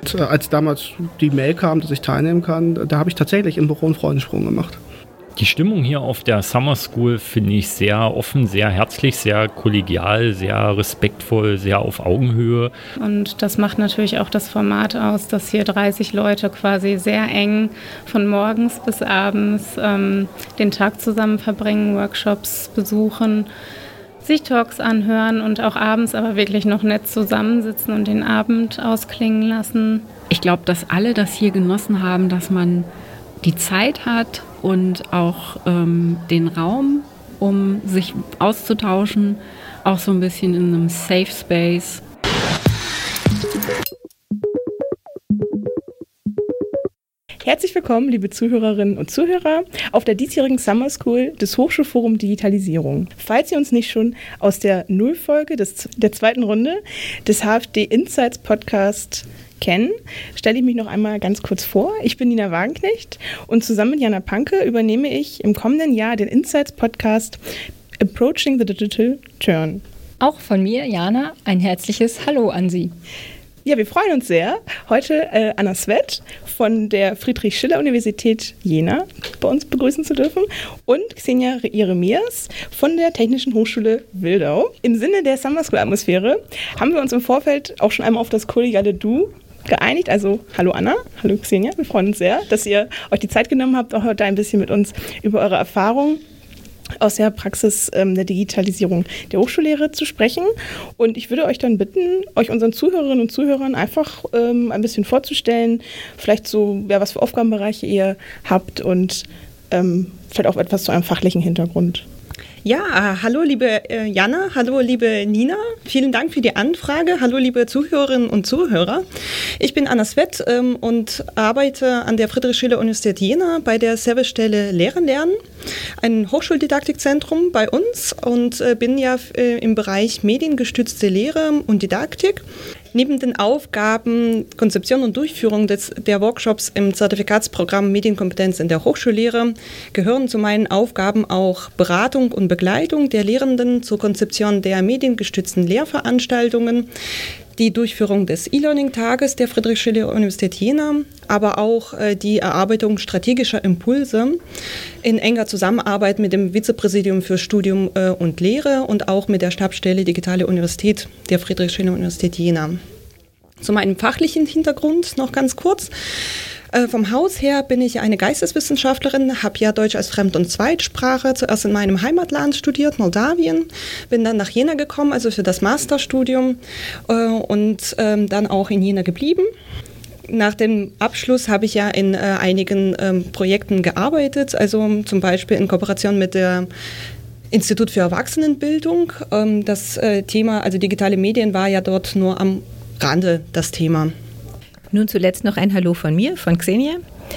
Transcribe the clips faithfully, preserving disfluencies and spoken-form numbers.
äh, als damals die Mail kam, dass ich teilnehmen kann, da habe ich tatsächlich im Büro einen Freudensprung gemacht. Die Stimmung hier auf der Summer School finde ich sehr offen, sehr herzlich, sehr kollegial, sehr respektvoll, sehr auf Augenhöhe. Und das macht natürlich auch das Format aus, dass hier dreißig Leute quasi sehr eng von morgens bis abends ähm, den Tag zusammen verbringen, Workshops besuchen, sich Talks anhören und auch abends aber wirklich noch nett zusammensitzen und den Abend ausklingen lassen. Ich glaube, dass alle das hier genossen haben, dass man die Zeit hat und auch ähm, den Raum, um sich auszutauschen, auch so ein bisschen in einem Safe Space. Herzlich willkommen, liebe Zuhörerinnen und Zuhörer, auf der diesjährigen Summer School des Hochschulforum Digitalisierung. Falls Sie uns nicht schon aus der Nullfolge des, der zweiten Runde des H F D Insights Podcast kennen, stelle ich mich noch einmal ganz kurz vor. Ich bin Nina Wagenknecht und zusammen mit Jana Panke übernehme ich im kommenden Jahr den Insights Podcast Approaching the Digital Turn. Auch von mir, Jana, ein herzliches Hallo an Sie. Ja, wir freuen uns sehr, heute äh, Anna Svett von der Friedrich-Schiller-Universität Jena bei uns begrüßen zu dürfen und Xenia Jeremias von der Technischen Hochschule Wildau. Im Sinne der Summer School-Atmosphäre haben wir uns im Vorfeld auch schon einmal auf das kollegiale Du geeinigt. Also hallo Anna, hallo Xenia, wir freuen uns sehr, dass ihr euch die Zeit genommen habt, auch heute ein bisschen mit uns über eure Erfahrungen aus der Praxis ähm, der Digitalisierung der Hochschullehre zu sprechen. Und ich würde euch dann bitten, euch unseren Zuhörerinnen und Zuhörern einfach ähm, ein bisschen vorzustellen, vielleicht so, ja, was für Aufgabenbereiche ihr habt und ähm, vielleicht auch etwas zu einem fachlichen Hintergrund. Ja, äh, hallo liebe äh, Jana, hallo liebe Nina, vielen Dank für die Anfrage, hallo liebe Zuhörerinnen und Zuhörer. Ich bin Anna Svett ähm, und arbeite an der Friedrich-Schiller-Universität Jena bei der Servicestelle Lehren lernen, ein Hochschuldidaktikzentrum bei uns und äh, bin ja äh, im Bereich mediengestützte Lehre und Didaktik. Neben den Aufgaben Konzeption und Durchführung des, der Workshops im Zertifikatsprogramm Medienkompetenz in der Hochschullehre gehören zu meinen Aufgaben auch Beratung und Begleitung der Lehrenden zur Konzeption der mediengestützten Lehrveranstaltungen, die Durchführung des E-Learning-Tages der Friedrich-Schiller-Universität Jena, aber auch äh, die Erarbeitung strategischer Impulse in enger Zusammenarbeit mit dem Vizepräsidium für Studium äh, und Lehre und auch mit der Stabsstelle Digitale Universität der Friedrich-Schiller-Universität Jena. Zu meinem fachlichen Hintergrund noch ganz kurz. Äh, vom Haus her bin ich eine Geisteswissenschaftlerin, habe ja Deutsch als Fremd- und Zweitsprache zuerst in meinem Heimatland studiert, Moldawien, bin dann nach Jena gekommen, also für das Masterstudium äh, und ähm, dann auch in Jena geblieben. Nach dem Abschluss habe ich ja in äh, einigen ähm, Projekten gearbeitet, also zum Beispiel in Kooperation mit der Institut für Erwachsenenbildung. Ähm, das äh, Thema, also digitale Medien, war ja dort nur am Rande das Thema. Nun zuletzt noch ein Hallo von mir, von Xenia.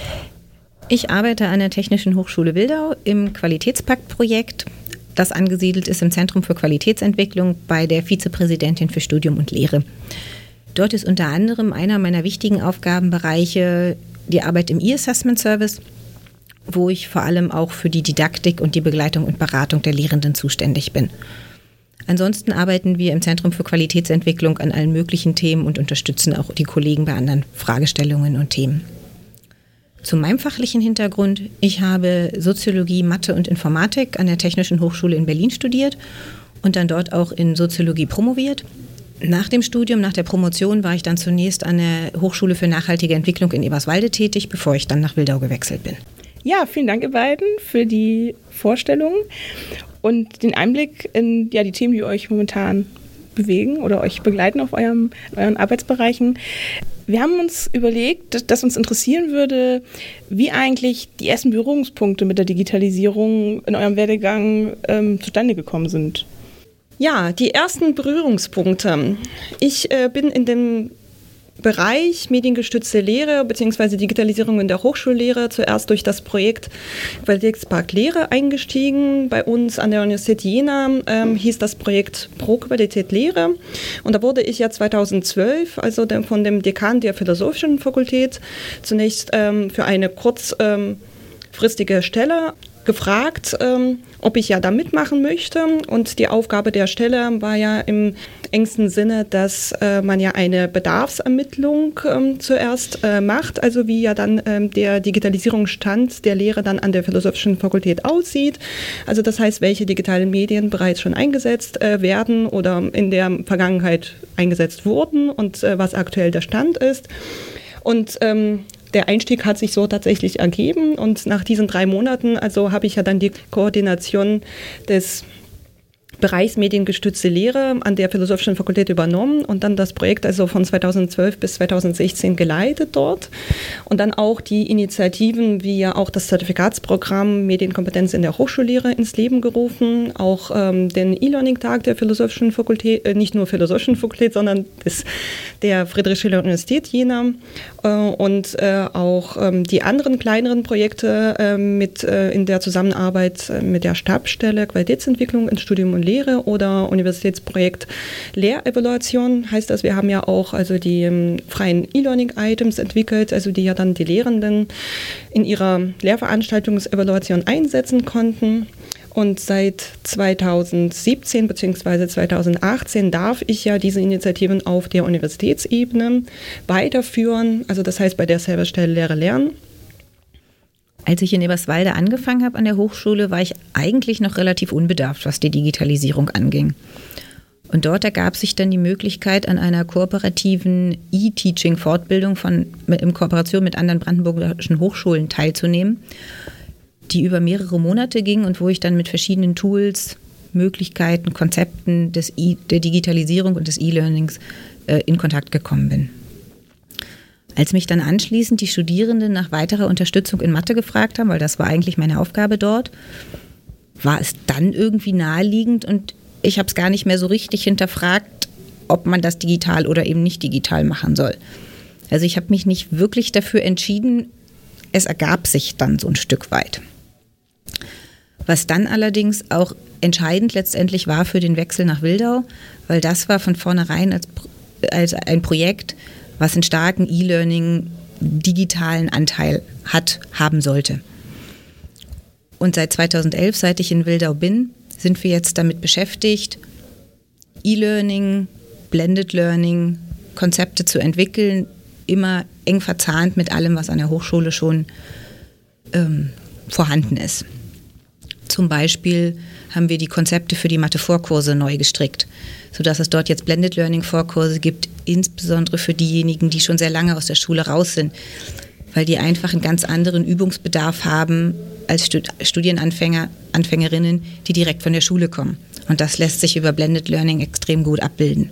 Ich arbeite an der Technischen Hochschule Wildau im Qualitätspakt-Projekt, das angesiedelt ist im Zentrum für Qualitätsentwicklung bei der Vizepräsidentin für Studium und Lehre. Dort ist unter anderem einer meiner wichtigen Aufgabenbereiche die Arbeit im E-Assessment Service, wo ich vor allem auch für die Didaktik und die Begleitung und Beratung der Lehrenden zuständig bin. Ansonsten arbeiten wir im Zentrum für Qualitätsentwicklung an allen möglichen Themen und unterstützen auch die Kollegen bei anderen Fragestellungen und Themen. Zu meinem fachlichen Hintergrund: Ich habe Soziologie, Mathe und Informatik an der Technischen Hochschule in Berlin studiert und dann dort auch in Soziologie promoviert. Nach dem Studium, nach der Promotion, war ich dann zunächst an der Hochschule für nachhaltige Entwicklung in Eberswalde tätig, bevor ich dann nach Wildau gewechselt bin. Ja, vielen Dank ihr beiden für die Vorstellung und den Einblick in ja, die Themen, die euch momentan bewegen oder euch begleiten auf eurem, euren Arbeitsbereichen. Wir haben uns überlegt, dass, dass uns interessieren würde, wie eigentlich die ersten Berührungspunkte mit der Digitalisierung in eurem Werdegang ähm, zustande gekommen sind. Ja, die ersten Berührungspunkte. Ich äh, bin in dem Bereich mediengestützte Lehre bzw. Digitalisierung in der Hochschullehre zuerst durch das Projekt Qualitätspakt Lehre eingestiegen. Bei uns an der Universität Jena ähm, hieß das Projekt Pro Qualität Lehre und da wurde ich ja zweitausendzwölf, also dem, von dem Dekan der Philosophischen Fakultät, zunächst ähm, für eine kurzfristige ähm, Stelle gefragt, ähm, ob ich ja da mitmachen möchte. Und die Aufgabe der Stelle war ja im engsten Sinne, dass äh, man ja eine Bedarfsermittlung ähm, zuerst äh, macht, also wie ja dann ähm, der Digitalisierungsstand der Lehre dann an der Philosophischen Fakultät aussieht. Also das heißt, welche digitalen Medien bereits schon eingesetzt äh, werden oder in der Vergangenheit eingesetzt wurden und äh, was aktuell der Stand ist. Und ähm, der Einstieg hat sich so tatsächlich ergeben und nach diesen drei Monaten, also habe ich ja dann die Koordination des Bereichs mediengestützte Lehre an der Philosophischen Fakultät übernommen und dann das Projekt also von zweitausendzwölf bis zweitausendsechzehn geleitet dort und dann auch die Initiativen wie ja auch das Zertifikatsprogramm Medienkompetenz in der Hochschullehre ins Leben gerufen, auch ähm, den E-Learning-Tag der Philosophischen Fakultät, äh, nicht nur Philosophischen Fakultät, sondern des, der Friedrich-Schiller-Universität Jena äh, und äh, auch ähm, die anderen kleineren Projekte äh, mit äh, in der Zusammenarbeit äh, mit der Stabsstelle Qualitätsentwicklung in Studium und Lehre oder Universitätsprojekt Lehrevaluation heißt das. Wir haben ja auch also die ähm, freien E-Learning-Items entwickelt, also die ja dann die Lehrenden in ihrer Lehrveranstaltungsevaluation einsetzen konnten. Und seit zweitausendsiebzehn bzw. zweitausendachtzehn darf ich ja diese Initiativen auf der Universitätsebene weiterführen, also das heißt bei der selber Stelle Lehre lernen. Als ich in Eberswalde angefangen habe an der Hochschule, war ich eigentlich noch relativ unbedarft, was die Digitalisierung anging. Und dort ergab sich dann die Möglichkeit, an einer kooperativen E-Teaching-Fortbildung von, in Kooperation mit anderen brandenburgischen Hochschulen teilzunehmen, die über mehrere Monate ging und wo ich dann mit verschiedenen Tools, Möglichkeiten, Konzepten des e- der Digitalisierung und des E-Learnings äh, in Kontakt gekommen bin. Als mich dann anschließend die Studierenden nach weiterer Unterstützung in Mathe gefragt haben, weil das war eigentlich meine Aufgabe dort, war es dann irgendwie naheliegend und ich habe es gar nicht mehr so richtig hinterfragt, ob man das digital oder eben nicht digital machen soll. Also ich habe mich nicht wirklich dafür entschieden, es ergab sich dann so ein Stück weit. Was dann allerdings auch entscheidend letztendlich war für den Wechsel nach Wildau, weil das war von vornherein als, als ein Projekt, was einen starken E-Learning, digitalen Anteil hat, haben sollte. Und seit zweitausendelf, seit ich in Wildau bin, sind wir jetzt damit beschäftigt, E-Learning, Blended Learning, Konzepte zu entwickeln, immer eng verzahnt mit allem, was an der Hochschule schon ähm, vorhanden ist. Zum Beispiel haben wir die Konzepte für die Mathe-Vorkurse neu gestrickt, sodass es dort jetzt Blended Learning-Vorkurse gibt, insbesondere für diejenigen, die schon sehr lange aus der Schule raus sind, weil die einfach einen ganz anderen Übungsbedarf haben als Stud- Studienanfänger, Anfängerinnen, die direkt von der Schule kommen. Und das lässt sich über Blended Learning extrem gut abbilden.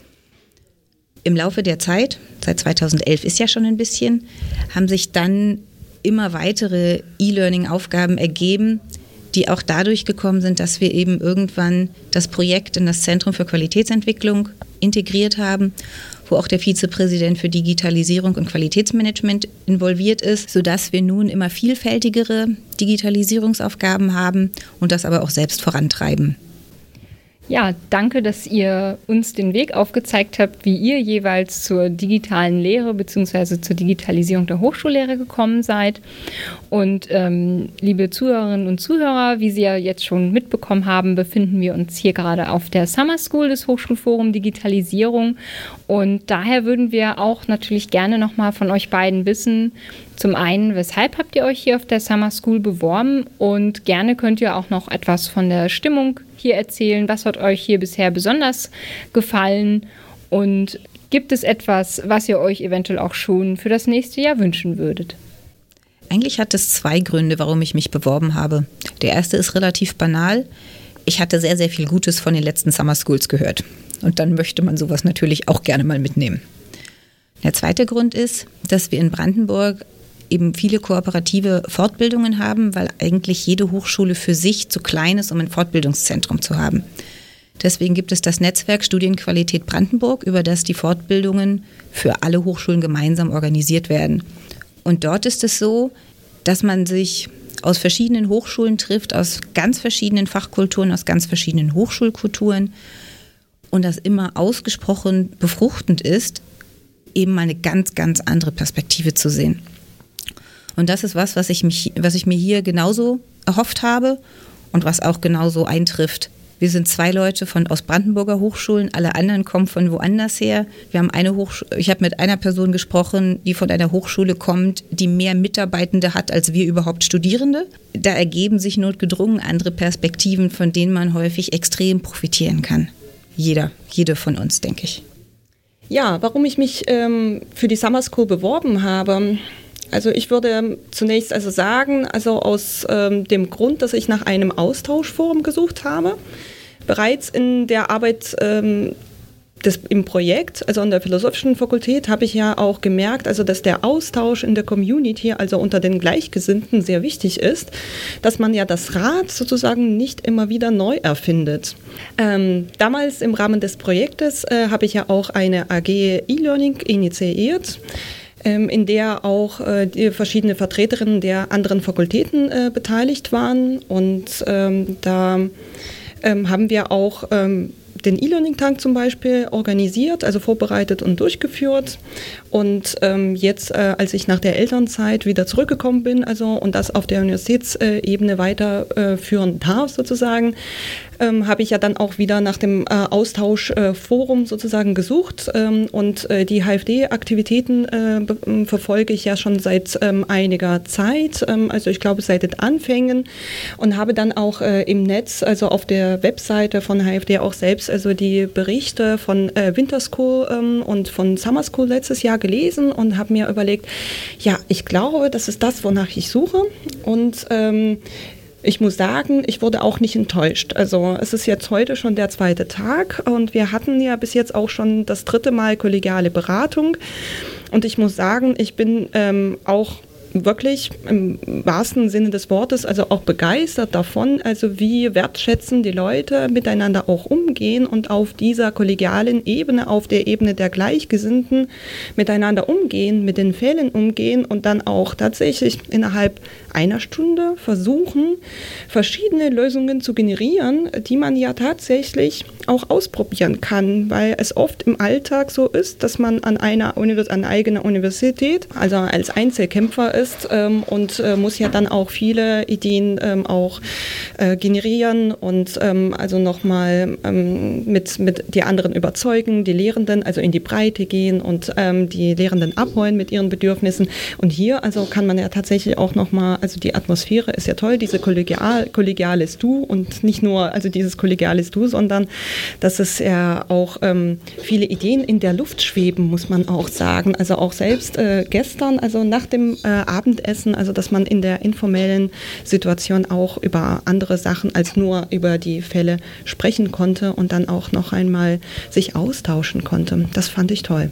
Im Laufe der Zeit, seit zweitausendelf ist ja schon ein bisschen, haben sich dann immer weitere E-Learning-Aufgaben ergeben, die auch dadurch gekommen sind, dass wir eben irgendwann das Projekt in das Zentrum für Qualitätsentwicklung integriert haben, wo auch der Vizepräsident für Digitalisierung und Qualitätsmanagement involviert ist, sodass wir nun immer vielfältigere Digitalisierungsaufgaben haben und das aber auch selbst vorantreiben. Ja, danke, dass ihr uns den Weg aufgezeigt habt, wie ihr jeweils zur digitalen Lehre bzw. zur Digitalisierung der Hochschullehre gekommen seid. Und ähm, liebe Zuhörerinnen und Zuhörer, wie Sie ja jetzt schon mitbekommen haben, befinden wir uns hier gerade auf der Summer School des Hochschulforum Digitalisierung. Und daher würden wir auch natürlich gerne nochmal von euch beiden wissen, zum einen, weshalb habt ihr euch hier auf der Summer School beworben? Und gerne könnt ihr auch noch etwas von der Stimmung hier erzählen. Was hat euch hier bisher besonders gefallen? Und gibt es etwas, was ihr euch eventuell auch schon für das nächste Jahr wünschen würdet? Eigentlich hat es zwei Gründe, warum ich mich beworben habe. Der erste ist relativ banal. Ich hatte sehr, sehr viel Gutes von den letzten Summer Schools gehört. Und dann möchte man sowas natürlich auch gerne mal mitnehmen. Der zweite Grund ist, dass wir in Brandenburg eben viele kooperative Fortbildungen haben, weil eigentlich jede Hochschule für sich zu klein ist, um ein Fortbildungszentrum zu haben. Deswegen gibt es das Netzwerk Studienqualität Brandenburg, über das die Fortbildungen für alle Hochschulen gemeinsam organisiert werden. Und dort ist es so, dass man sich aus verschiedenen Hochschulen trifft, aus ganz verschiedenen Fachkulturen, aus ganz verschiedenen Hochschulkulturen und das immer ausgesprochen befruchtend ist, eben mal eine ganz, ganz andere Perspektive zu sehen. Und das ist was, was ich, mich, was ich mir hier genauso erhofft habe und was auch genauso eintrifft. Wir sind zwei Leute von aus Brandenburger Hochschulen, alle anderen kommen von woanders her. Wir haben eine Hochschule, ich habe mit einer Person gesprochen, die von einer Hochschule kommt, die mehr Mitarbeitende hat als wir überhaupt Studierende. Da ergeben sich notgedrungen andere Perspektiven, von denen man häufig extrem profitieren kann. Jeder, jede von uns, denke ich. Ja, warum ich mich ähm, für die Summer School beworben habe. Also ich würde zunächst also sagen, also aus ähm, dem Grund, dass ich nach einem Austauschforum gesucht habe. Bereits in der Arbeit ähm, des, im Projekt, also an der Philosophischen Fakultät, habe ich ja auch gemerkt, also dass der Austausch in der Community, also unter den Gleichgesinnten, sehr wichtig ist, dass man ja das Rad sozusagen nicht immer wieder neu erfindet. Ähm, damals im Rahmen des Projektes äh, habe ich ja auch eine A G E-Learning initiiert, in der auch äh, die verschiedene Vertreterinnen der anderen Fakultäten äh, beteiligt waren. Und ähm, da ähm, haben wir auch ähm, den E-Learning-Tag zum Beispiel organisiert, also vorbereitet und durchgeführt. Und ähm, jetzt, äh, als ich nach der Elternzeit wieder zurückgekommen bin, also und das auf der Universitätsebene weiterführen äh, darf sozusagen, ähm, habe ich ja dann auch wieder nach dem äh, Austauschforum äh, sozusagen gesucht. Ähm, und äh, die H F D-Aktivitäten äh, be- verfolge ich ja schon seit ähm, einiger Zeit, ähm, also ich glaube seit den Anfängen, und habe dann auch äh, im Netz, also auf der Webseite von H F D auch selbst also die Berichte von äh, Winter School ähm, und von Summer School letztes Jahr gelesen und habe mir überlegt, ja, ich glaube, das ist das, wonach ich suche. Und ähm, ich muss sagen, ich wurde auch nicht enttäuscht. Also es ist jetzt heute schon der zweite Tag und wir hatten ja bis jetzt auch schon das dritte Mal kollegiale Beratung. Und ich muss sagen, ich bin ähm, auch wirklich im wahrsten Sinne des Wortes, also auch begeistert davon, also wie wertschätzend die Leute miteinander auch umgehen und auf dieser kollegialen Ebene, auf der Ebene der Gleichgesinnten miteinander umgehen, mit den Fällen umgehen und dann auch tatsächlich innerhalb einer Stunde versuchen, verschiedene Lösungen zu generieren, die man ja tatsächlich auch ausprobieren kann, weil es oft im Alltag so ist, dass man an einer, an eigener Universität, also als Einzelkämpfer ist ähm, und äh, muss ja dann auch viele Ideen ähm, auch äh, generieren und ähm, also nochmal ähm, mit, mit die anderen überzeugen, die Lehrenden also in die Breite gehen und ähm, die Lehrenden abholen mit ihren Bedürfnissen. Und hier also kann man ja tatsächlich auch nochmal, also die Atmosphäre ist ja toll, diese kollegial, kollegiales Du und nicht nur also dieses kollegiales Du, sondern dass es ja auch ähm, viele Ideen in der Luft schweben, muss man auch sagen. Also auch selbst äh, gestern, also nach dem äh, Abendessen, also dass man in der informellen Situation auch über andere Sachen als nur über die Fälle sprechen konnte und dann auch noch einmal sich austauschen konnte. Das fand ich toll.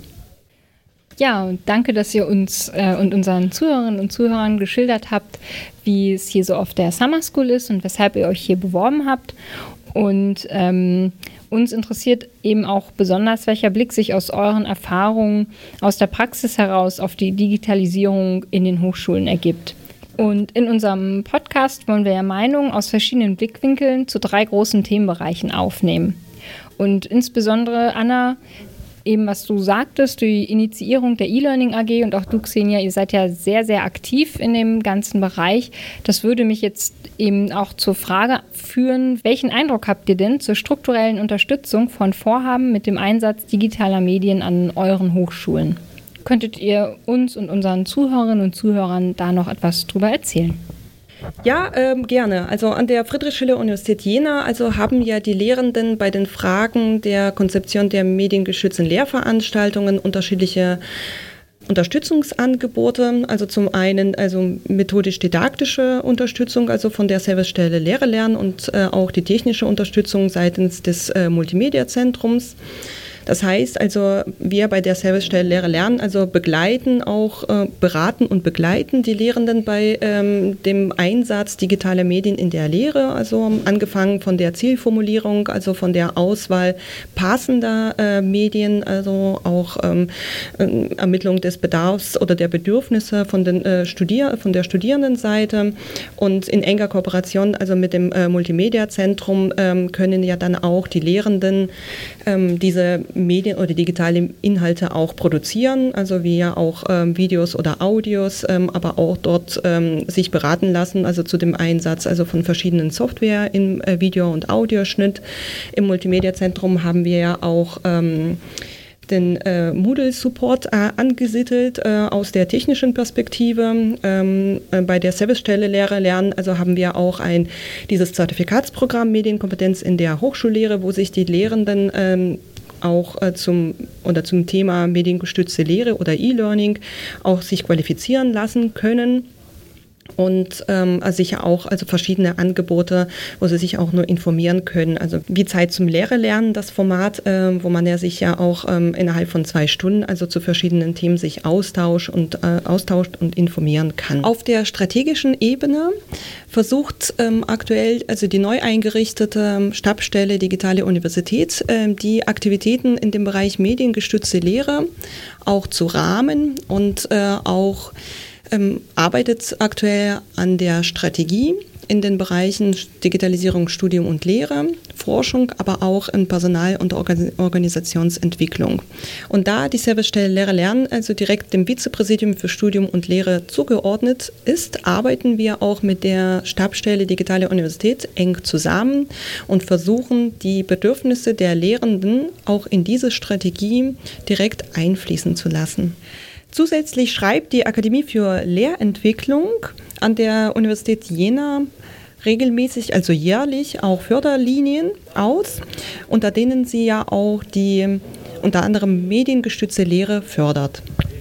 Ja, und danke, dass ihr uns äh, und unseren Zuhörerinnen und Zuhörern geschildert habt, wie es hier so auf der Summer School ist und weshalb ihr euch hier beworben habt. Und ähm, uns interessiert eben auch besonders, welcher Blick sich aus euren Erfahrungen aus der Praxis heraus auf die Digitalisierung in den Hochschulen ergibt. Und in unserem Podcast wollen wir ja Meinungen aus verschiedenen Blickwinkeln zu drei großen Themenbereichen aufnehmen. Und insbesondere, Anna, eben was du sagtest, die Initiierung der E-Learning A G und auch du, Xenia, ihr seid ja sehr, sehr aktiv in dem ganzen Bereich. Das würde mich jetzt eben auch zur Frage führen, welchen Eindruck habt ihr denn zur strukturellen Unterstützung von Vorhaben mit dem Einsatz digitaler Medien an euren Hochschulen? Könntet ihr uns und unseren Zuhörerinnen und Zuhörern da noch etwas drüber erzählen? Ja, ähm, gerne. Also an der Friedrich-Schiller-Universität Jena also haben ja die Lehrenden bei den Fragen der Konzeption der mediengeschützten Lehrveranstaltungen unterschiedliche Unterstützungsangebote, also zum einen also methodisch-didaktische Unterstützung, also von der Servicestelle Lehre lernen und äh, auch die technische Unterstützung seitens des äh, Multimedia-Zentrums. Das heißt also, wir bei der Servicestelle Lehre lernen, also begleiten auch, äh, beraten und begleiten die Lehrenden bei ähm, dem Einsatz digitaler Medien in der Lehre, also angefangen von der Zielformulierung, also von der Auswahl passender äh, Medien, also auch ähm, äh, Ermittlung des Bedarfs oder der Bedürfnisse von, den, äh, Studier- von der Studierendenseite und in enger Kooperation also mit dem äh, Multimedia-Zentrum ähm, können ja dann auch die Lehrenden ähm, diese Medien oder digitale Inhalte auch produzieren, also wir auch ähm, Videos oder Audios, ähm, aber auch dort ähm, sich beraten lassen, also zu dem Einsatz also von verschiedenen Software im äh, Video- und Audioschnitt. Im Multimedia-Zentrum haben wir ja auch ähm, den äh, Moodle-Support äh, angesiedelt äh, aus der technischen Perspektive. Ähm, äh, bei der Servicestelle Lehre lernen, also haben wir auch ein dieses Zertifikatsprogramm Medienkompetenz in der Hochschullehre, wo sich die Lehrenden ähm, auch äh, zum oder zum Thema mediengestützte Lehre oder E-Learning auch sich qualifizieren lassen können. Und ähm, also sicher auch also verschiedene Angebote, wo sie sich auch nur informieren können. Also wie Zeit zum Lehre lernen, das Format, äh, wo man ja sich ja auch ähm, innerhalb von zwei Stunden also zu verschiedenen Themen sich austauscht und äh, austauscht und informieren kann. Auf der strategischen Ebene versucht ähm, aktuell also die neu eingerichtete Stabsstelle Digitale Universität äh, die Aktivitäten in dem Bereich mediengestützte Lehre auch zu rahmen und äh, auch Ähm, arbeitet aktuell an der Strategie in den Bereichen Digitalisierung, Studium und Lehre, Forschung, aber auch in Personal- und Organ- Organisationsentwicklung. Und da die Servicestelle Lehre lernen also direkt dem Vizepräsidium für Studium und Lehre zugeordnet ist, arbeiten wir auch mit der Stabsstelle Digitale Universität eng zusammen und versuchen, die Bedürfnisse der Lehrenden auch in diese Strategie direkt einfließen zu lassen. Zusätzlich schreibt die Akademie für Lehrentwicklung an der Universität Jena regelmäßig, also jährlich, auch Förderlinien aus, unter denen sie ja auch die unter anderem mediengestützte Lehre fördert.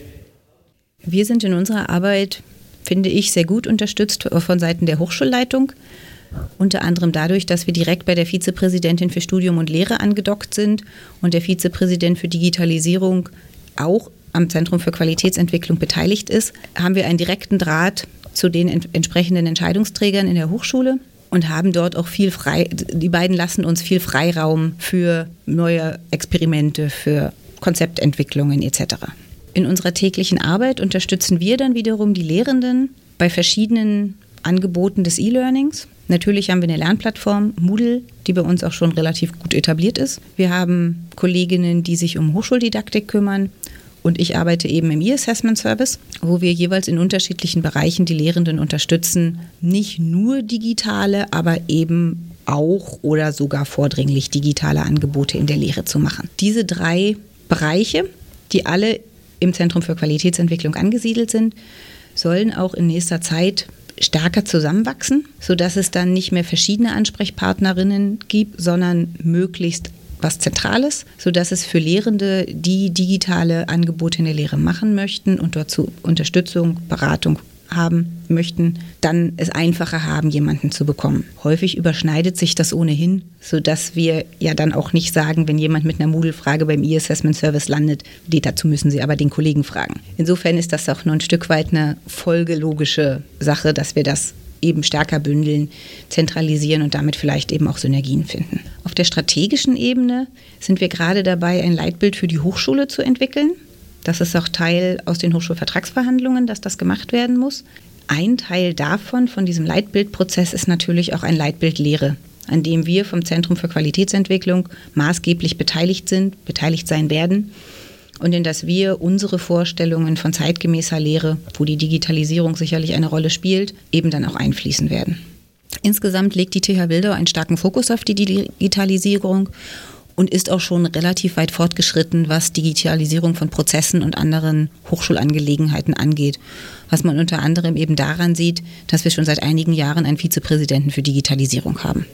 Wir sind in unserer Arbeit, finde ich, sehr gut unterstützt von Seiten der Hochschulleitung. Unter anderem dadurch, dass wir direkt bei der Vizepräsidentin für Studium und Lehre angedockt sind und der Vizepräsident für Digitalisierung auch am Zentrum für Qualitätsentwicklung beteiligt ist, haben wir einen direkten Draht zu den ent- entsprechenden Entscheidungsträgern in der Hochschule und haben dort auch viel frei, die beiden lassen uns viel Freiraum für neue Experimente, für Konzeptentwicklungen et cetera. In unserer täglichen Arbeit unterstützen wir dann wiederum die Lehrenden bei verschiedenen Angeboten des E-Learnings. Natürlich haben wir eine Lernplattform, Moodle, die bei uns auch schon relativ gut etabliert ist. Wir haben Kolleginnen, die sich um Hochschuldidaktik kümmern. Und ich arbeite eben im E-Assessment-Service, wo wir jeweils in unterschiedlichen Bereichen die Lehrenden unterstützen, nicht nur digitale, aber eben auch oder sogar vordringlich digitale Angebote in der Lehre zu machen. Diese drei Bereiche, die alle im Zentrum für Qualitätsentwicklung angesiedelt sind, sollen auch in nächster Zeit stärker zusammenwachsen, sodass es dann nicht mehr verschiedene Ansprechpartnerinnen gibt, sondern möglichst was Zentrales, sodass es für Lehrende, die digitale Angebote in der Lehre machen möchten und dazu Unterstützung, Beratung haben möchten, dann es einfacher haben, jemanden zu bekommen. Häufig überschneidet sich das ohnehin, sodass wir ja dann auch nicht sagen, wenn jemand mit einer Moodle-Frage beim E-Assessment-Service landet, dazu müssen Sie aber den Kollegen fragen. Insofern ist das auch nur ein Stück weit eine folgelogische Sache, dass wir das eben stärker bündeln, zentralisieren und damit vielleicht eben auch Synergien finden. Auf der strategischen Ebene sind wir gerade dabei, ein Leitbild für die Hochschule zu entwickeln. Das ist auch Teil aus den Hochschulvertragsverhandlungen, dass das gemacht werden muss. Ein Teil davon, von diesem Leitbildprozess, ist natürlich auch ein Leitbild Lehre, an dem wir vom Zentrum für Qualitätsentwicklung maßgeblich beteiligt sind, beteiligt sein werden und in das wir unsere Vorstellungen von zeitgemäßer Lehre, wo die Digitalisierung sicherlich eine Rolle spielt, eben dann auch einfließen werden. Insgesamt legt die T H Wildau einen starken Fokus auf die Digitalisierung und ist auch schon relativ weit fortgeschritten, was Digitalisierung von Prozessen und anderen Hochschulangelegenheiten angeht. Was man unter anderem eben daran sieht, dass wir schon seit einigen Jahren einen Vizepräsidenten für Digitalisierung haben.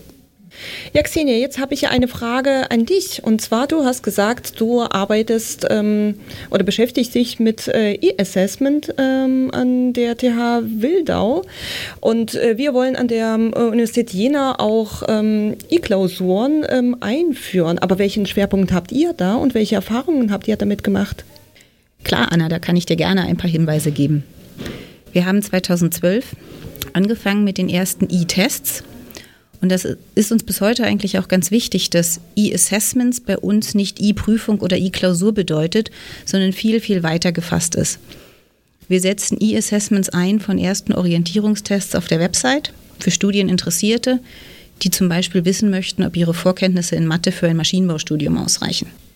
Ja, Xenia, jetzt habe ich ja eine Frage an dich. Und zwar, du hast gesagt, du arbeitest ähm, oder beschäftigst dich mit äh, E-Assessment ähm, an der T H Wildau. Und äh, wir wollen an der äh, Universität Jena auch ähm, E-Klausuren ähm, einführen. Aber welchen Schwerpunkt habt ihr da und welche Erfahrungen habt ihr damit gemacht? Klar, Anna, da kann ich dir gerne ein paar Hinweise geben. Wir haben zweitausendzwölf angefangen mit den ersten E-Tests. Und das ist uns bis heute eigentlich auch ganz wichtig, dass E-Assessments bei uns nicht E-Prüfung oder E-Klausur bedeutet, sondern viel, viel weiter gefasst ist. Wir setzen E-Assessments ein von ersten Orientierungstests auf der Website für Studieninteressierte, die zum Beispiel wissen möchten, ob ihre Vorkenntnisse in Mathe für ein Maschinenbaustudium ausreichen.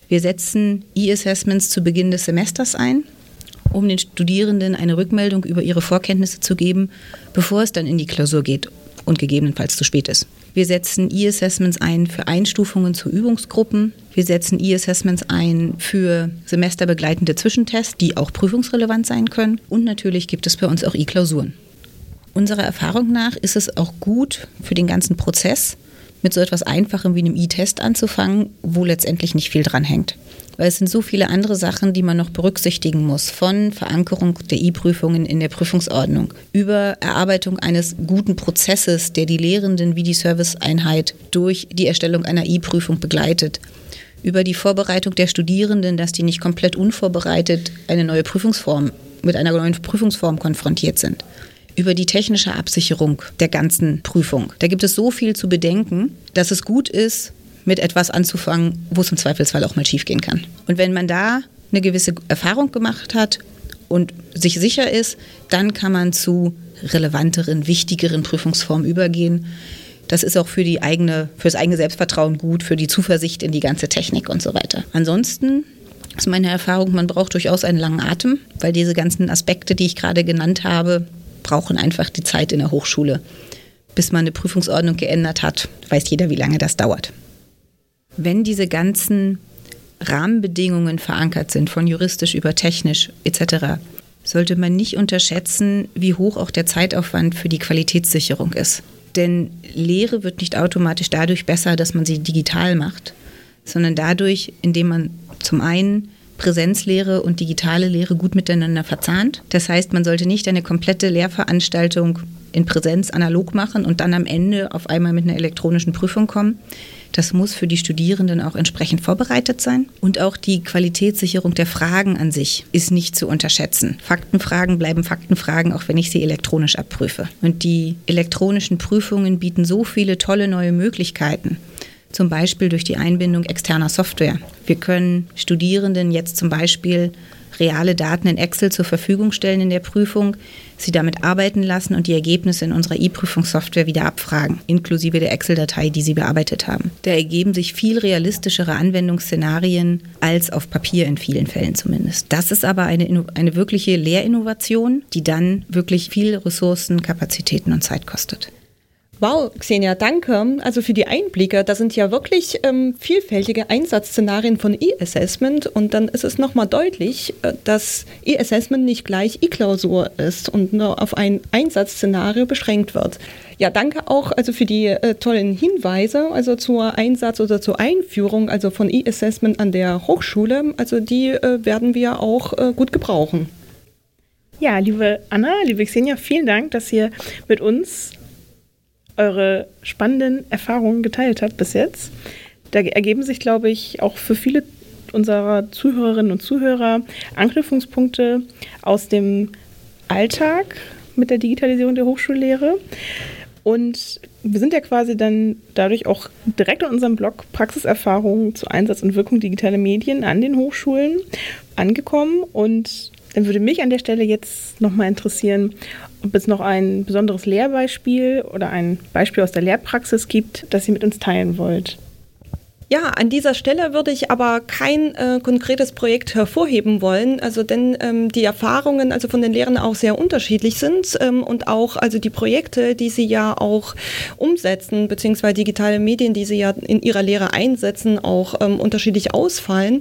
Wir setzen E-Assessments zu Beginn des Semesters ein, um den Studierenden eine Rückmeldung über ihre Vorkenntnisse zu geben, bevor es dann in die Klausur geht und gegebenenfalls zu spät ist. Wir setzen E-Assessments ein für Einstufungen zu Übungsgruppen. Wir setzen E-Assessments ein für semesterbegleitende Zwischentests, die auch prüfungsrelevant sein können. Und natürlich gibt es bei uns auch E-Klausuren. Unserer Erfahrung nach ist es auch gut für den ganzen Prozess, mit so etwas Einfachem wie einem E-Test anzufangen, wo letztendlich nicht viel dran hängt. Weil es sind so viele andere Sachen, die man noch berücksichtigen muss, von Verankerung der E-Prüfungen in der Prüfungsordnung, über Erarbeitung eines guten Prozesses, der die Lehrenden wie die Serviceeinheit durch die Erstellung einer E-Prüfung begleitet, über die Vorbereitung der Studierenden, dass die nicht komplett unvorbereitet eine neue Prüfungsform, mit einer neuen Prüfungsform konfrontiert sind, über die technische Absicherung der ganzen Prüfung. Da gibt es so viel zu bedenken, dass es gut ist, mit etwas anzufangen, wo es im Zweifelsfall auch mal schiefgehen kann. Und wenn man da eine gewisse Erfahrung gemacht hat und sich sicher ist, dann kann man zu relevanteren, wichtigeren Prüfungsformen übergehen. Das ist auch für die eigene, für das eigene Selbstvertrauen gut, für die Zuversicht in die ganze Technik und so weiter. Ansonsten ist meine Erfahrung, man braucht durchaus einen langen Atem, weil diese ganzen Aspekte, die ich gerade genannt habe, brauchen einfach die Zeit in der Hochschule. Bis man eine Prüfungsordnung geändert hat, weiß jeder, wie lange das dauert. Wenn diese ganzen Rahmenbedingungen verankert sind, von juristisch über technisch et cetera, sollte man nicht unterschätzen, wie hoch auch der Zeitaufwand für die Qualitätssicherung ist. Denn Lehre wird nicht automatisch dadurch besser, dass man sie digital macht, sondern dadurch, indem man zum einen Präsenzlehre und digitale Lehre gut miteinander verzahnt. Das heißt, man sollte nicht eine komplette Lehrveranstaltung in Präsenz analog machen und dann am Ende auf einmal mit einer elektronischen Prüfung kommen. Das muss für die Studierenden auch entsprechend vorbereitet sein. Und auch die Qualitätssicherung der Fragen an sich ist nicht zu unterschätzen. Faktenfragen bleiben Faktenfragen, auch wenn ich sie elektronisch abprüfe. Und die elektronischen Prüfungen bieten so viele tolle neue Möglichkeiten. Zum Beispiel durch die Einbindung externer Software. Wir können Studierenden jetzt zum Beispiel reale Daten in Excel zur Verfügung stellen in der Prüfung, sie damit arbeiten lassen und die Ergebnisse in unserer E-Prüfungssoftware wieder abfragen, inklusive der Excel-Datei, die sie bearbeitet haben. Da ergeben sich viel realistischere Anwendungsszenarien als auf Papier in vielen Fällen zumindest. Das ist aber eine, eine wirkliche Lehrinnovation, die dann wirklich viel Ressourcen, Kapazitäten und Zeit kostet. Wow, Xenia, danke. Also für die Einblicke. Das sind ja wirklich ähm, vielfältige Einsatzszenarien von E-Assessment und dann ist es nochmal deutlich, äh, dass E-Assessment nicht gleich E-Klausur ist und nur auf ein Einsatzszenario beschränkt wird. Ja, danke auch also für die äh, tollen Hinweise, also zur Einsatz oder zur Einführung also von E-Assessment an der Hochschule. Also die äh, werden wir auch äh, gut gebrauchen. Ja, liebe Anna, liebe Xenia, vielen Dank, dass ihr mit uns eure spannenden Erfahrungen geteilt habt bis jetzt. Da ergeben sich, glaube ich, auch für viele unserer Zuhörerinnen und Zuhörer Anknüpfungspunkte aus dem Alltag mit der Digitalisierung der Hochschullehre. Und wir sind ja quasi dann dadurch auch direkt in unserem Blog Praxiserfahrungen zu Einsatz und Wirkung digitaler Medien an den Hochschulen angekommen. Und dann würde mich an der Stelle jetzt nochmal interessieren, ob es noch ein besonderes Lehrbeispiel oder ein Beispiel aus der Lehrpraxis gibt, das ihr mit uns teilen wollt. Ja, an dieser Stelle würde ich aber kein äh, konkretes Projekt hervorheben wollen, also denn ähm, die Erfahrungen also von den Lehrern auch sehr unterschiedlich sind ähm, und auch also die Projekte, die sie ja auch umsetzen, beziehungsweise digitale Medien, die sie ja in ihrer Lehre einsetzen, auch ähm, unterschiedlich ausfallen.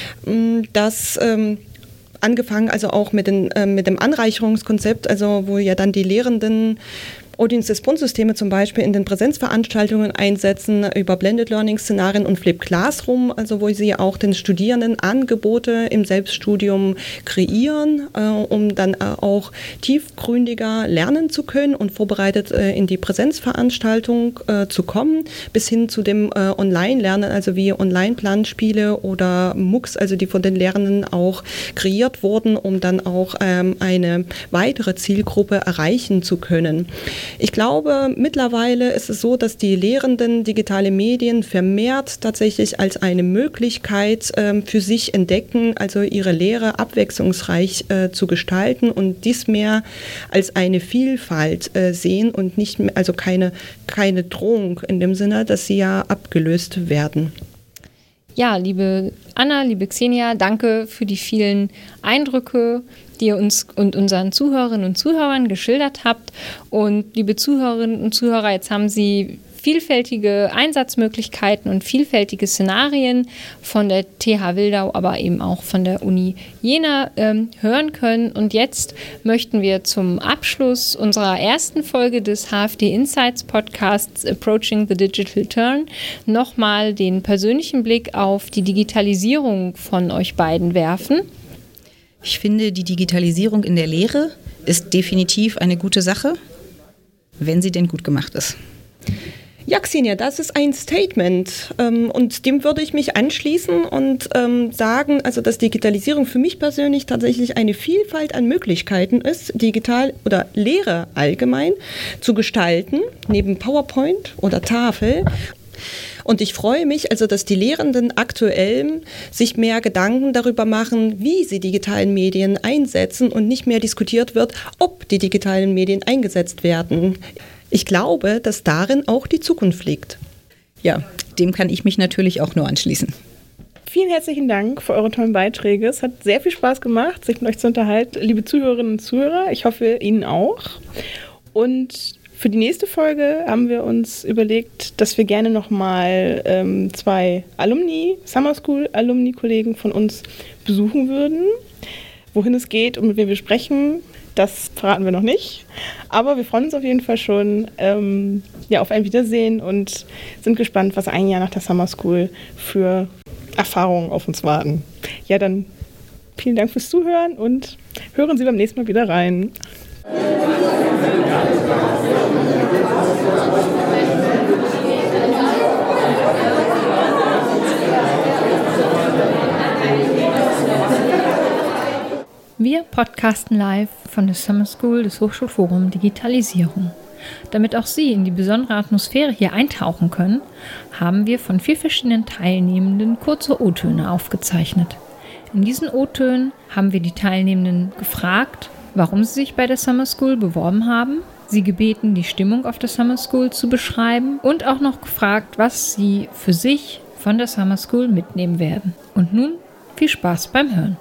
Das ähm, angefangen also auch mit, den, äh, mit dem Anreicherungskonzept, also wo ja dann die Lehrenden Audience-Response-Systeme zum Beispiel in den Präsenzveranstaltungen einsetzen, über Blended Learning-Szenarien und Flipped Classroom, also wo sie auch den Studierenden Angebote im Selbststudium kreieren, äh, um dann äh, auch tiefgründiger lernen zu können und vorbereitet äh, in die Präsenzveranstaltung äh, zu kommen, bis hin zu dem äh, Online-Lernen, also wie Online-Planspiele oder MOOCs, also die von den Lehrenden auch kreiert wurden, um dann auch ähm, eine weitere Zielgruppe erreichen zu können. Ich glaube, mittlerweile ist es so, dass die Lehrenden digitale Medien vermehrt tatsächlich als eine Möglichkeit äh, für sich entdecken, also ihre Lehre abwechslungsreich äh, zu gestalten und dies mehr als eine Vielfalt äh, sehen und nicht mehr, also keine, keine Drohung in dem Sinne, dass sie ja abgelöst werden. Ja, liebe Anna, liebe Xenia, danke für die vielen Eindrücke, die ihr uns und unseren Zuhörerinnen und Zuhörern geschildert habt. Und liebe Zuhörerinnen und Zuhörer, jetzt haben Sie vielfältige Einsatzmöglichkeiten und vielfältige Szenarien von der T H Wildau, aber eben auch von der Uni Jena ähm, hören können. Und jetzt möchten wir zum Abschluss unserer ersten Folge des H F D Insights Podcasts Approaching the Digital Turn nochmal den persönlichen Blick auf die Digitalisierung von euch beiden werfen. Ich finde, die Digitalisierung in der Lehre ist definitiv eine gute Sache, wenn sie denn gut gemacht ist. Ja, Xenia, das ist ein Statement ähm, und dem würde ich mich anschließen und ähm, sagen, also dass Digitalisierung für mich persönlich tatsächlich eine Vielfalt an Möglichkeiten ist, digital oder Lehre allgemein zu gestalten, neben PowerPoint oder Tafel. Und ich freue mich also, dass die Lehrenden aktuell sich mehr Gedanken darüber machen, wie sie digitalen Medien einsetzen und nicht mehr diskutiert wird, ob die digitalen Medien eingesetzt werden. Ich glaube, dass darin auch die Zukunft liegt. Ja, dem kann ich mich natürlich auch nur anschließen. Vielen herzlichen Dank für eure tollen Beiträge. Es hat sehr viel Spaß gemacht, sich mit euch zu unterhalten. Liebe Zuhörerinnen und Zuhörer, ich hoffe, Ihnen auch. Und für die nächste Folge haben wir uns überlegt, dass wir gerne nochmal ähm, zwei Alumni, Summer School Alumni-Kollegen von uns besuchen würden. Wohin es geht und mit wem wir sprechen, das verraten wir noch nicht. Aber wir freuen uns auf jeden Fall schon ähm, ja, auf ein Wiedersehen und sind gespannt, was ein Jahr nach der Summer School für Erfahrungen auf uns warten. Ja, dann vielen Dank fürs Zuhören und hören Sie beim nächsten Mal wieder rein. Wir podcasten live von der Summer School des Hochschulforum Digitalisierung. Damit auch Sie in die besondere Atmosphäre hier eintauchen können, haben wir von vier verschiedenen Teilnehmenden kurze O-Töne aufgezeichnet. In diesen O-Tönen haben wir die Teilnehmenden gefragt, warum sie sich bei der Summer School beworben haben, sie gebeten, die Stimmung auf der Summer School zu beschreiben und auch noch gefragt, was sie für sich von der Summer School mitnehmen werden. Und nun viel Spaß beim Hören.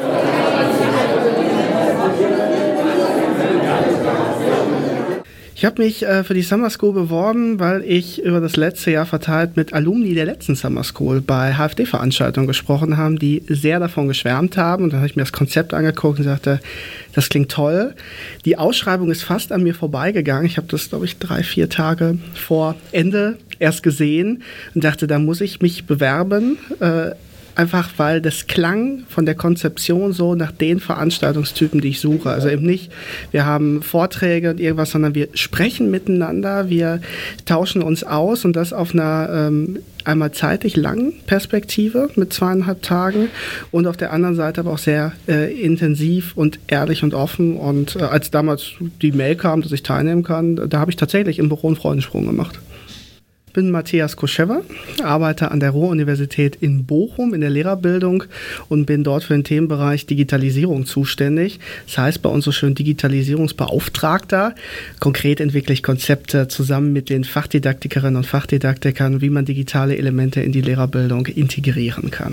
Ich habe mich äh, für die Summer School beworben, weil ich über das letzte Jahr verteilt mit Alumni der letzten Summer School bei H F D-Veranstaltungen gesprochen haben, die sehr davon geschwärmt haben. Und dann habe ich mir das Konzept angeguckt und sagte, das klingt toll. Die Ausschreibung ist fast an mir vorbeigegangen. Ich habe das, glaube ich, drei, vier Tage vor Ende erst gesehen und dachte, da muss ich mich bewerben. Äh, Einfach weil das klang von der Konzeption so nach den Veranstaltungstypen, die ich suche. Also eben nicht, wir haben Vorträge und irgendwas, sondern wir sprechen miteinander, wir tauschen uns aus und das auf einer ähm, einmal zeitlich langen Perspektive mit zweieinhalb Tagen und auf der anderen Seite aber auch sehr äh, intensiv und ehrlich und offen. Und äh, als damals die Mail kam, dass ich teilnehmen kann, da habe ich tatsächlich im Büro einen Freudensprung gemacht. Ich bin Matthias Koschewa, arbeite an der Ruhr-Universität in Bochum in der Lehrerbildung und bin dort für den Themenbereich Digitalisierung zuständig. Das heißt bei uns so schön Digitalisierungsbeauftragter. Konkret entwickle ich Konzepte zusammen mit den Fachdidaktikerinnen und Fachdidaktikern, wie man digitale Elemente in die Lehrerbildung integrieren kann.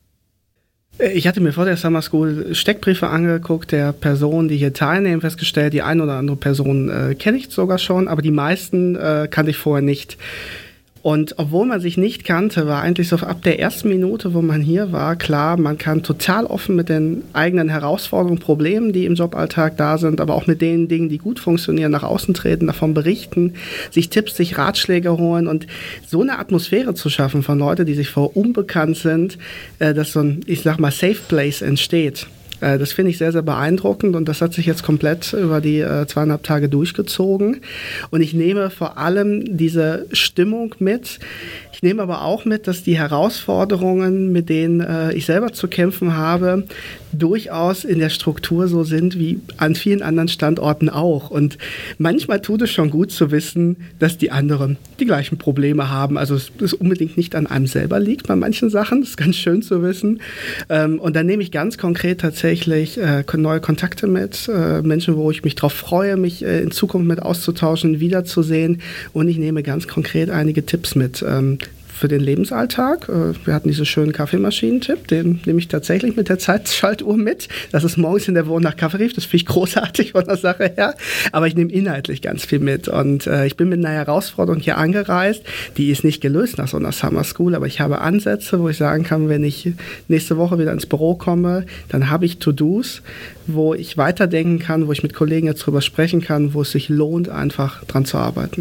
Ich hatte mir vor der Summer School Steckbriefe angeguckt der Personen, die hier teilnehmen, festgestellt, die eine oder andere Person äh, kenne ich sogar schon, aber die meisten äh, kannte ich vorher nicht. Und obwohl man sich nicht kannte, war eigentlich so ab der ersten Minute, wo man hier war, klar, man kann total offen mit den eigenen Herausforderungen, Problemen, die im Joballtag da sind, aber auch mit den Dingen, die gut funktionieren, nach außen treten, davon berichten, sich Tipps, sich Ratschläge holen und so eine Atmosphäre zu schaffen von Leuten, die sich vor unbekannt sind, äh, dass so ein, ich sag mal, Safe Place entsteht. Das finde ich sehr, sehr beeindruckend und das hat sich jetzt komplett über die äh, zweieinhalb Tage durchgezogen. Und ich nehme vor allem diese Stimmung mit. Ich nehme aber auch mit, dass die Herausforderungen, mit denen äh, ich selber zu kämpfen habe, durchaus in der Struktur so sind wie an vielen anderen Standorten auch. Und manchmal tut es schon gut zu wissen, dass die anderen die gleichen Probleme haben. Also es ist unbedingt nicht an einem selber liegt bei manchen Sachen. Das ist ganz schön zu wissen. Ähm, und dann nehme ich ganz konkret tatsächlich äh, neue Kontakte mit, äh, Menschen, wo ich mich darauf freue, mich äh, in Zukunft mit auszutauschen, wiederzusehen. Und ich nehme ganz konkret einige Tipps mit. Ähm, für den Lebensalltag. Wir hatten diesen schönen Kaffeemaschinentipp, den nehme ich tatsächlich mit der Zeitschaltuhr mit, dass es morgens in der Wohnung nach Kaffee rief. Das finde ich großartig von der Sache her. Aber ich nehme inhaltlich ganz viel mit. Und äh, ich bin mit einer Herausforderung hier angereist. Die ist nicht gelöst nach so einer Summer School, aber ich habe Ansätze, wo ich sagen kann, wenn ich nächste Woche wieder ins Büro komme, dann habe ich To-Dos, wo ich weiterdenken kann, wo ich mit Kollegen jetzt drüber sprechen kann, wo es sich lohnt, einfach dran zu arbeiten.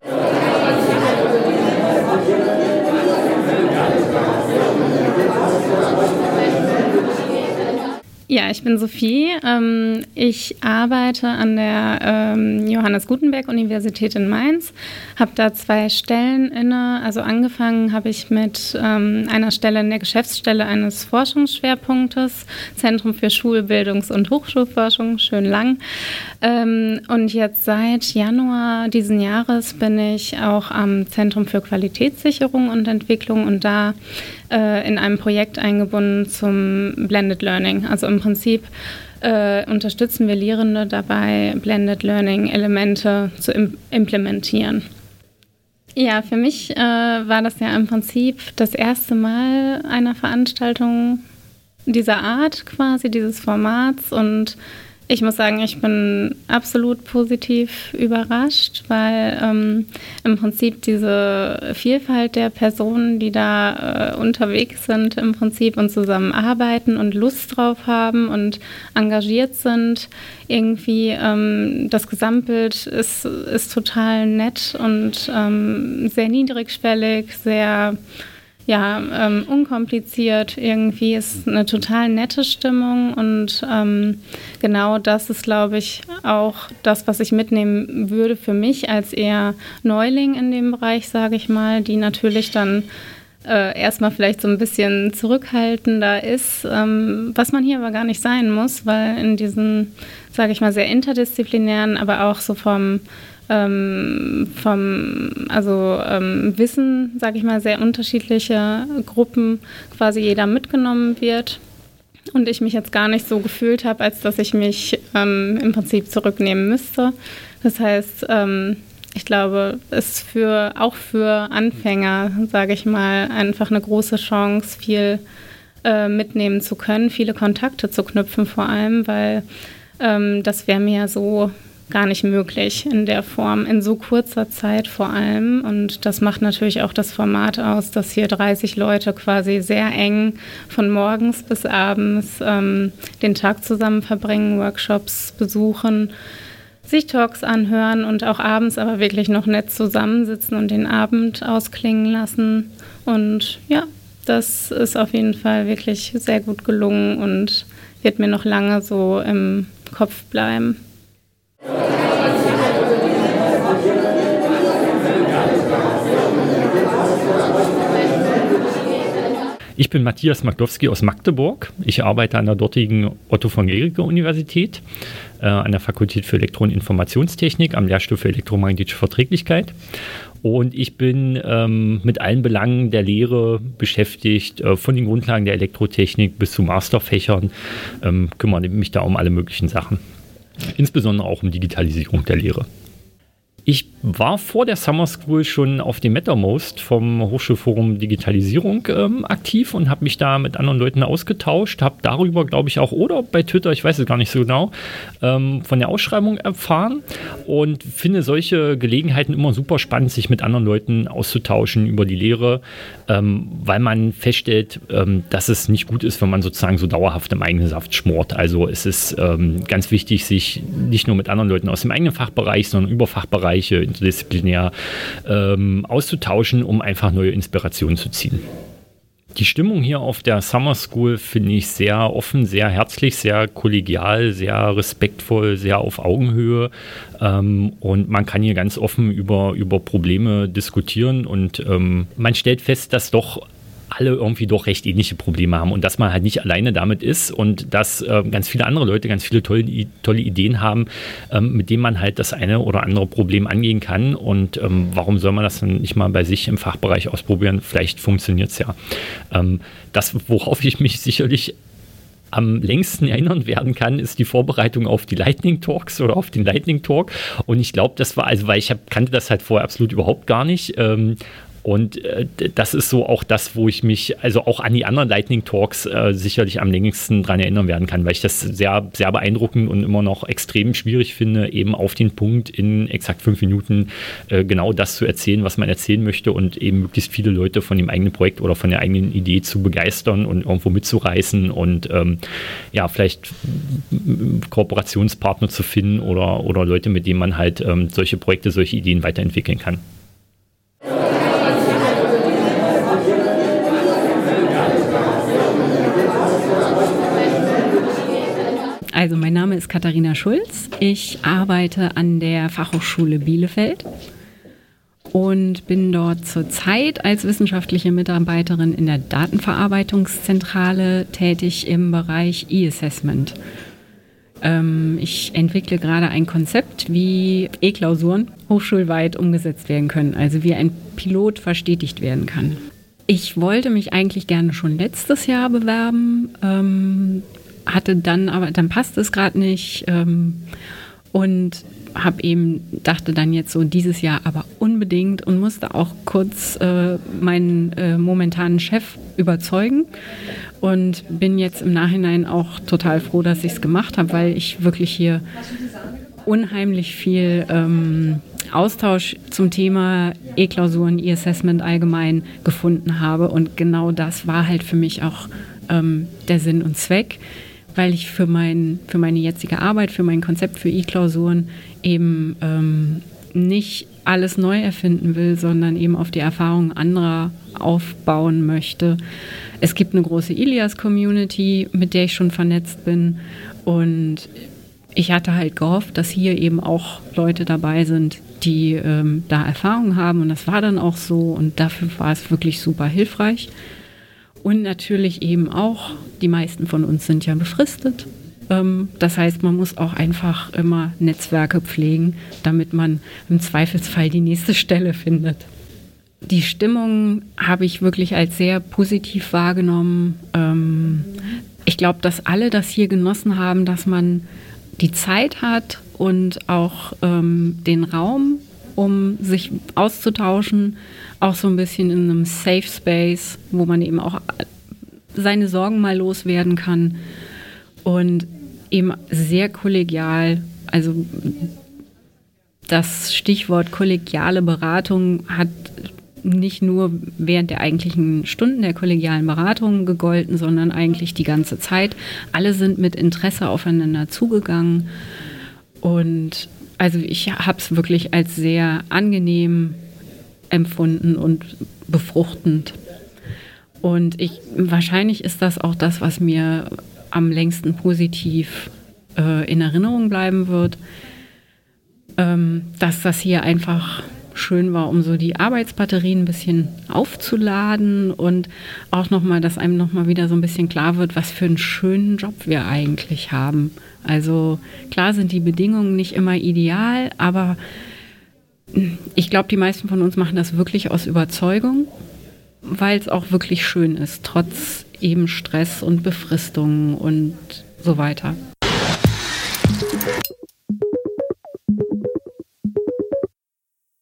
Ja, ich bin Sophie. Ähm, ich arbeite an der ähm, Johannes Gutenberg Universität in Mainz, habe da zwei Stellen inne. Also angefangen habe ich mit ähm, einer Stelle in der Geschäftsstelle eines Forschungsschwerpunktes, Zentrum für Schulbildungs- und Hochschulforschung, schön lang. Ähm, und jetzt seit Januar diesen Jahres bin ich auch am Zentrum für Qualitätssicherung und Entwicklung und da äh, in einem Projekt eingebunden zum Blended Learning. Also im Prinzip äh, unterstützen wir Lehrende dabei, Blended Learning Elemente zu im- implementieren. Ja, für mich äh, war das ja im Prinzip das erste Mal einer Veranstaltung dieser Art quasi, dieses Formats, und ich muss sagen, ich bin absolut positiv überrascht, weil ähm, im Prinzip diese Vielfalt der Personen, die da äh, unterwegs sind im Prinzip und zusammenarbeiten und Lust drauf haben und engagiert sind, irgendwie ähm, das Gesamtbild ist, ist total nett und ähm, sehr niedrigschwellig, sehr ja, ähm, unkompliziert. Irgendwie ist eine total nette Stimmung und ähm, genau das ist, glaube ich, auch das, was ich mitnehmen würde für mich als eher Neuling in dem Bereich, sage ich mal, die natürlich dann äh, erstmal vielleicht so ein bisschen zurückhaltender ist, ähm, was man hier aber gar nicht sein muss, weil in diesen, sage ich mal, sehr interdisziplinären, aber auch so vom Ähm, vom also ähm, Wissen, sage ich mal, sehr unterschiedliche Gruppen quasi jeder mitgenommen wird und ich mich jetzt gar nicht so gefühlt habe, als dass ich mich ähm, im Prinzip zurücknehmen müsste. Das heißt, ähm, ich glaube, es ist für, auch für Anfänger, sage ich mal, einfach eine große Chance, viel äh, mitnehmen zu können, viele Kontakte zu knüpfen vor allem, weil ähm, das wäre mir so gar nicht möglich in der Form, in so kurzer Zeit vor allem. Und das macht natürlich auch das Format aus, dass hier dreißig Leute quasi sehr eng von morgens bis abends ähm, den Tag zusammen verbringen, Workshops besuchen, sich Talks anhören und auch abends aber wirklich noch nett zusammensitzen und den Abend ausklingen lassen. Und ja, das ist auf jeden Fall wirklich sehr gut gelungen und wird mir noch lange so im Kopf bleiben. Ich bin Matthias Magdowski aus Magdeburg. Ich arbeite an der dortigen Otto-von-Guericke-Universität, äh, an der Fakultät für Elektro- und Informationstechnik, am Lehrstuhl für elektromagnetische Verträglichkeit. Und ich bin ähm, mit allen Belangen der Lehre beschäftigt, äh, von den Grundlagen der Elektrotechnik bis zu Masterfächern, ähm, kümmere mich da um alle möglichen Sachen. Insbesondere auch um Digitalisierung der Lehre. Ich war vor der Summer School schon auf dem Mattermost vom Hochschulforum Digitalisierung ähm, aktiv und habe mich da mit anderen Leuten ausgetauscht, habe darüber, glaube ich, auch oder bei Twitter, ich weiß es gar nicht so genau, ähm, von der Ausschreibung erfahren und finde solche Gelegenheiten immer super spannend, sich mit anderen Leuten auszutauschen über die Lehre, ähm, weil man feststellt, ähm, dass es nicht gut ist, wenn man sozusagen so dauerhaft im eigenen Saft schmort. Also es ist ähm, ganz wichtig, sich nicht nur mit anderen Leuten aus dem eigenen Fachbereich, sondern über Fachbereiche interdisziplinär ähm, auszutauschen, um einfach neue Inspirationen zu ziehen. Die Stimmung hier auf der Summer School finde ich sehr offen, sehr herzlich, sehr kollegial, sehr respektvoll, sehr auf Augenhöhe. Ähm, und man kann hier ganz offen über, über Probleme diskutieren und ähm, man stellt fest, dass doch alle irgendwie doch recht ähnliche Probleme haben und dass man halt nicht alleine damit ist und dass äh, ganz viele andere Leute ganz viele tolle, tolle Ideen haben, ähm, mit denen man halt das eine oder andere Problem angehen kann und ähm, warum soll man das dann nicht mal bei sich im Fachbereich ausprobieren? Vielleicht funktioniert es ja. Ähm, das, worauf ich mich sicherlich am längsten erinnern werden kann, ist die Vorbereitung auf die Lightning Talks oder auf den Lightning Talk und ich glaube, das war, also weil ich hab, kannte das halt vorher absolut überhaupt gar nicht, ähm, Und äh, das ist so auch das, wo ich mich also auch an die anderen Lightning Talks äh, sicherlich am längsten dran erinnern werden kann, weil ich das sehr, sehr beeindruckend und immer noch extrem schwierig finde, eben auf den Punkt in exakt fünf Minuten äh, genau das zu erzählen, was man erzählen möchte und eben möglichst viele Leute von dem eigenen Projekt oder von der eigenen Idee zu begeistern und irgendwo mitzureißen und ähm, ja, vielleicht Kooperationspartner zu finden oder, oder Leute, mit denen man halt ähm, solche Projekte, solche Ideen weiterentwickeln kann. Also mein Name ist Katharina Schulz. Ich arbeite an der Fachhochschule Bielefeld und bin dort zurzeit als wissenschaftliche Mitarbeiterin in der Datenverarbeitungszentrale tätig im Bereich E-Assessment. Ähm, ich entwickle gerade ein Konzept, wie E-Klausuren hochschulweit umgesetzt werden können, also wie ein Pilot verstetigt werden kann. Ich wollte mich eigentlich gerne schon letztes Jahr bewerben, ähm, hatte dann, aber dann passte es gerade nicht ähm, und habe eben, dachte dann jetzt so dieses Jahr aber unbedingt und musste auch kurz äh, meinen äh, momentanen Chef überzeugen und bin jetzt im Nachhinein auch total froh, dass ich es gemacht habe, weil ich wirklich hier unheimlich viel ähm, Austausch zum Thema E-Klausuren, E-Assessment allgemein gefunden habe und genau das war halt für mich auch ähm, der Sinn und Zweck, weil ich für, mein, für meine jetzige Arbeit, für mein Konzept für E-Klausuren eben ähm, nicht alles neu erfinden will, sondern eben auf die Erfahrungen anderer aufbauen möchte. Es gibt eine große Ilias-Community, mit der ich schon vernetzt bin und ich hatte halt gehofft, dass hier eben auch Leute dabei sind, die ähm, da Erfahrung haben und das war dann auch so und dafür war es wirklich super hilfreich. Und natürlich eben auch, die meisten von uns sind ja befristet. Das heißt, man muss auch einfach immer Netzwerke pflegen, damit man im Zweifelsfall die nächste Stelle findet. Die Stimmung habe ich wirklich als sehr positiv wahrgenommen. Ich glaube, dass alle das hier genossen haben, dass man die Zeit hat und auch den Raum, um sich auszutauschen, auch so ein bisschen in einem Safe Space, wo man eben auch seine Sorgen mal loswerden kann und eben sehr kollegial, also das Stichwort kollegiale Beratung hat nicht nur während der eigentlichen Stunden der kollegialen Beratung gegolten, sondern eigentlich die ganze Zeit. Alle sind mit Interesse aufeinander zugegangen und also ich habe es wirklich als sehr angenehm empfunden und befruchtend. Und ich, wahrscheinlich ist das auch das, was mir am längsten positiv äh, in Erinnerung bleiben wird, ähm, dass das hier einfach schön war, um so die Arbeitsbatterien ein bisschen aufzuladen und auch nochmal, dass einem nochmal wieder so ein bisschen klar wird, was für einen schönen Job wir eigentlich haben. Also klar sind die Bedingungen nicht immer ideal, aber ich glaube, die meisten von uns machen das wirklich aus Überzeugung, weil es auch wirklich schön ist, trotz eben Stress und Befristungen und so weiter.